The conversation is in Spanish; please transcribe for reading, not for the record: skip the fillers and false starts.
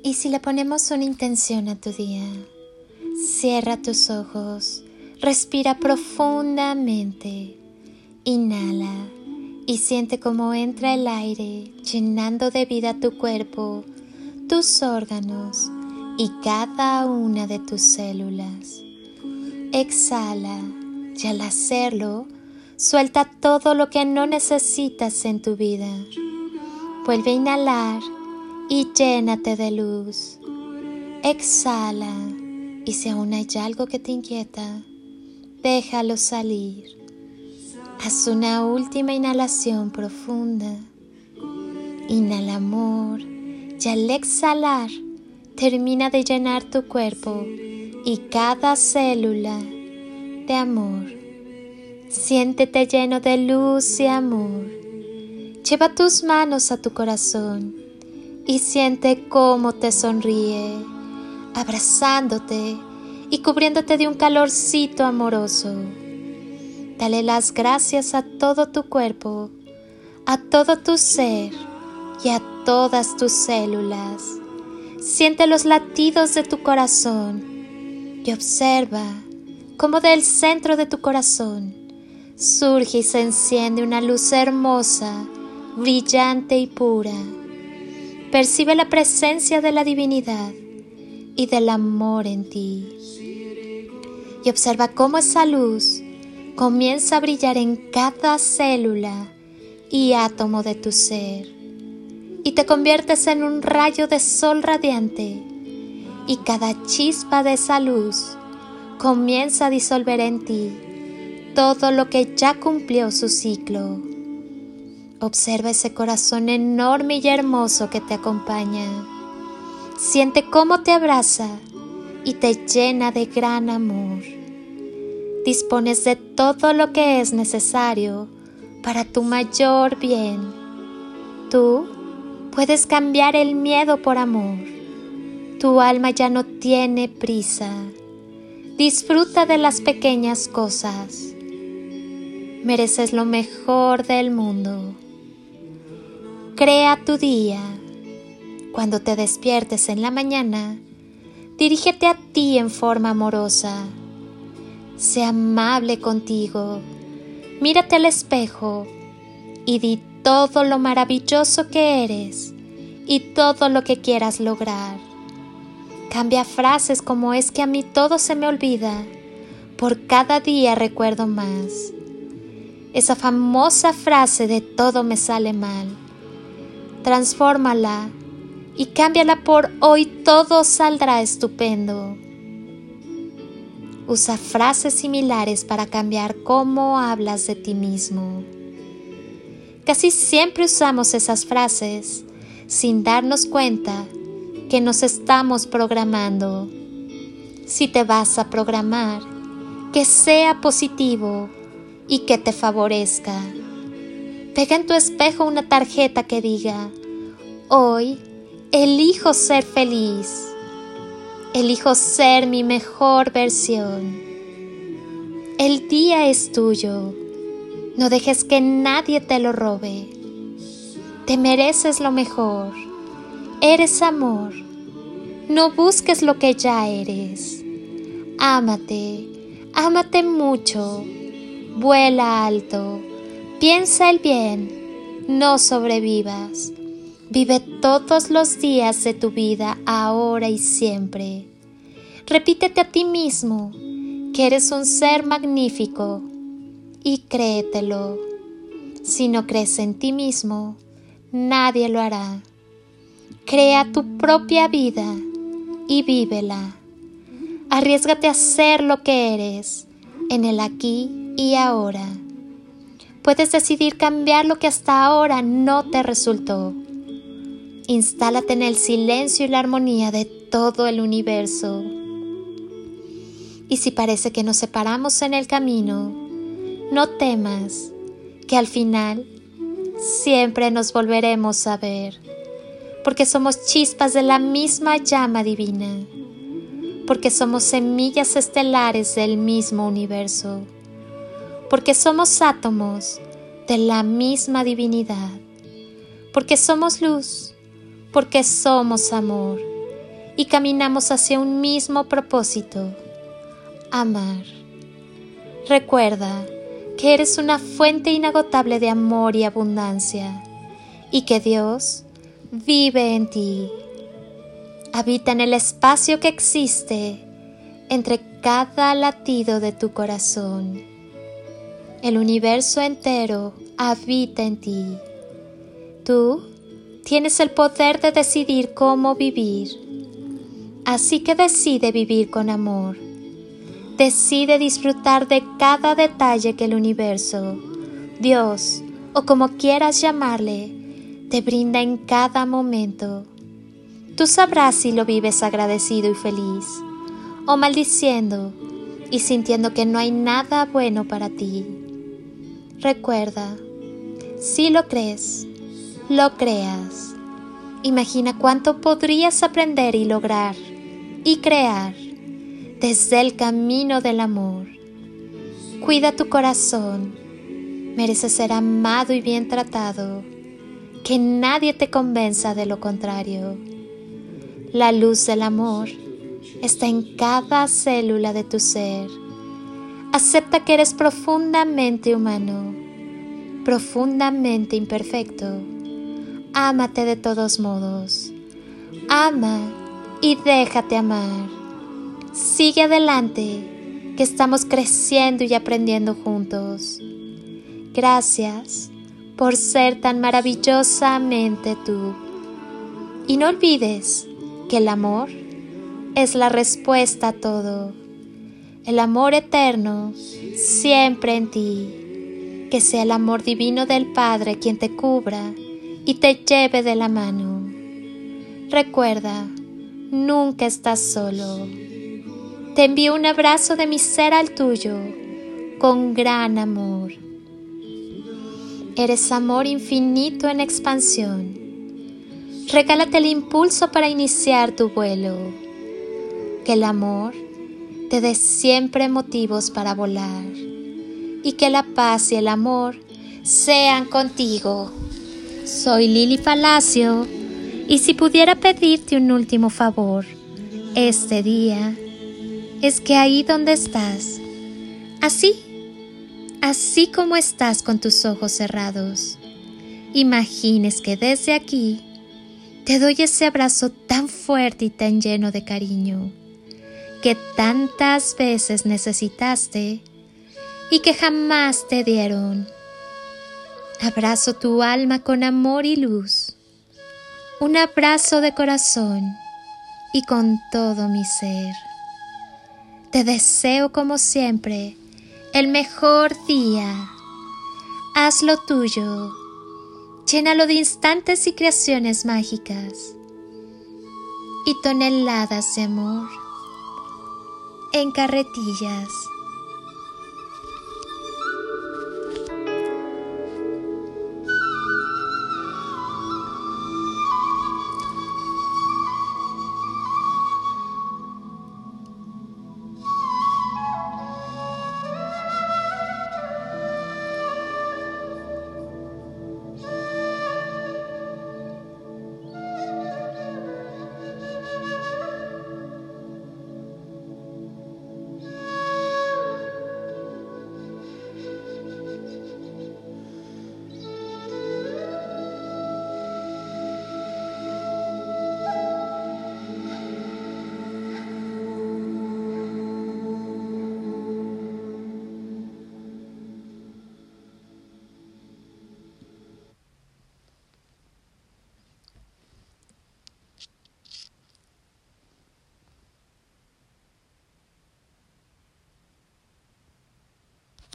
Y si le ponemos una intención a tu día, cierra tus ojos, respira profundamente, inhala y siente cómo entra el aire llenando de vida tu cuerpo, tus órganos y cada una de tus células. Exhala y al hacerlo, suelta todo lo que no necesitas en tu vida. Vuelve a inhalar y llénate de luz. Exhala y si aún hay algo que te inquieta, déjalo salir. Haz una última inhalación profunda. Inhala amor y al exhalar, termina de llenar tu cuerpo y cada célula de amor. Siéntete lleno de luz y amor. Lleva tus manos a tu corazón y siente cómo te sonríe, abrazándote y cubriéndote de un calorcito amoroso. Dale las gracias a todo tu cuerpo, a todo tu ser y a todas tus células. Siente los latidos de tu corazón y observa cómo del centro de tu corazón surge y se enciende una luz hermosa, brillante y pura. Percibe la presencia de la divinidad y del amor en ti. Y observa cómo esa luz comienza a brillar en cada célula y átomo de tu ser. Y te conviertes en un rayo de sol radiante. Y cada chispa de esa luz comienza a disolver en ti todo lo que ya cumplió su ciclo. Observa ese corazón enorme y hermoso que te acompaña. Siente cómo te abraza y te llena de gran amor. Dispones de todo lo que es necesario para tu mayor bien. Tú puedes cambiar el miedo por amor. Tu alma ya no tiene prisa. Disfruta de las pequeñas cosas. Mereces lo mejor del mundo. Crea tu día. Cuando te despiertes en la mañana, dirígete a ti en forma amorosa. Sé amable contigo. Mírate al espejo y di todo lo maravilloso que eres y todo lo que quieras lograr. Cambia frases como es que a mí todo se me olvida, por cada día recuerdo más. Esa famosa frase de todo me sale mal. Transfórmala y cámbiala por hoy todo saldrá estupendo. Usa frases similares para cambiar cómo hablas de ti mismo. Casi siempre usamos esas frases sin darnos cuenta que nos estamos programando. Si te vas a programar, que sea positivo y que te favorezca. Pega en tu espejo una tarjeta que diga: hoy elijo ser feliz. Elijo ser mi mejor versión. El día es tuyo. No dejes que nadie te lo robe. Te mereces lo mejor. Eres amor. No busques lo que ya eres. Ámate. Ámate mucho. Vuela alto. Piensa el bien, no sobrevivas. Vive todos los días de tu vida, ahora y siempre. Repítete a ti mismo que eres un ser magnífico y créetelo. Si no crees en ti mismo, nadie lo hará. Crea tu propia vida y vívela. Arriésgate a ser lo que eres en el aquí y ahora. Puedes decidir cambiar lo que hasta ahora no te resultó. Instálate en el silencio y la armonía de todo el universo. Y si parece que nos separamos en el camino, no temas, que al final siempre nos volveremos a ver, porque somos chispas de la misma llama divina, porque somos semillas estelares del mismo universo, porque somos átomos de la misma divinidad, porque somos luz, porque somos amor y caminamos hacia un mismo propósito: amar. Recuerda que eres una fuente inagotable de amor y abundancia, y que Dios vive en ti. Habita en el espacio que existe entre cada latido de tu corazón. El universo entero habita en ti. Tú tienes el poder de decidir cómo vivir. Así que decide vivir con amor. Decide disfrutar de cada detalle que el universo, Dios o como quieras llamarle, te brinda en cada momento. Tú sabrás si lo vives agradecido y feliz, o maldiciendo y sintiendo que no hay nada bueno para ti. Recuerda, si lo crees, lo creas. Imagina cuánto podrías aprender y lograr y crear desde el camino del amor. Cuida tu corazón. Mereces ser amado y bien tratado. Que nadie te convenza de lo contrario. La luz del amor está en cada célula de tu ser. Acepta que eres profundamente humano, profundamente imperfecto. Ámate de todos modos. Ama y déjate amar. Sigue adelante, que estamos creciendo y aprendiendo juntos. Gracias por ser tan maravillosamente tú. Y no olvides que el amor es la respuesta a todo. El amor eterno siempre en ti. Que sea el amor divino del Padre quien te cubra y te lleve de la mano. Recuerda, nunca estás solo. Te envío un abrazo de mi ser al tuyo, con gran amor. Eres amor infinito en expansión. Regálate el impulso para iniciar tu vuelo. Que el amor te dé siempre motivos para volar. Y que la paz y el amor sean contigo. Soy Lili Palacio, y si pudiera pedirte un último favor este día, es que ahí donde estás, así como estás con tus ojos cerrados, imagines que desde aquí te doy ese abrazo tan fuerte y tan lleno de cariño que tantas veces necesitaste y que jamás te dieron. Abrazo tu alma con amor y luz, un abrazo de corazón y con todo mi ser. Te deseo como siempre el mejor día. Hazlo tuyo, llénalo de instantes y creaciones mágicas y toneladas de amor en carretillas.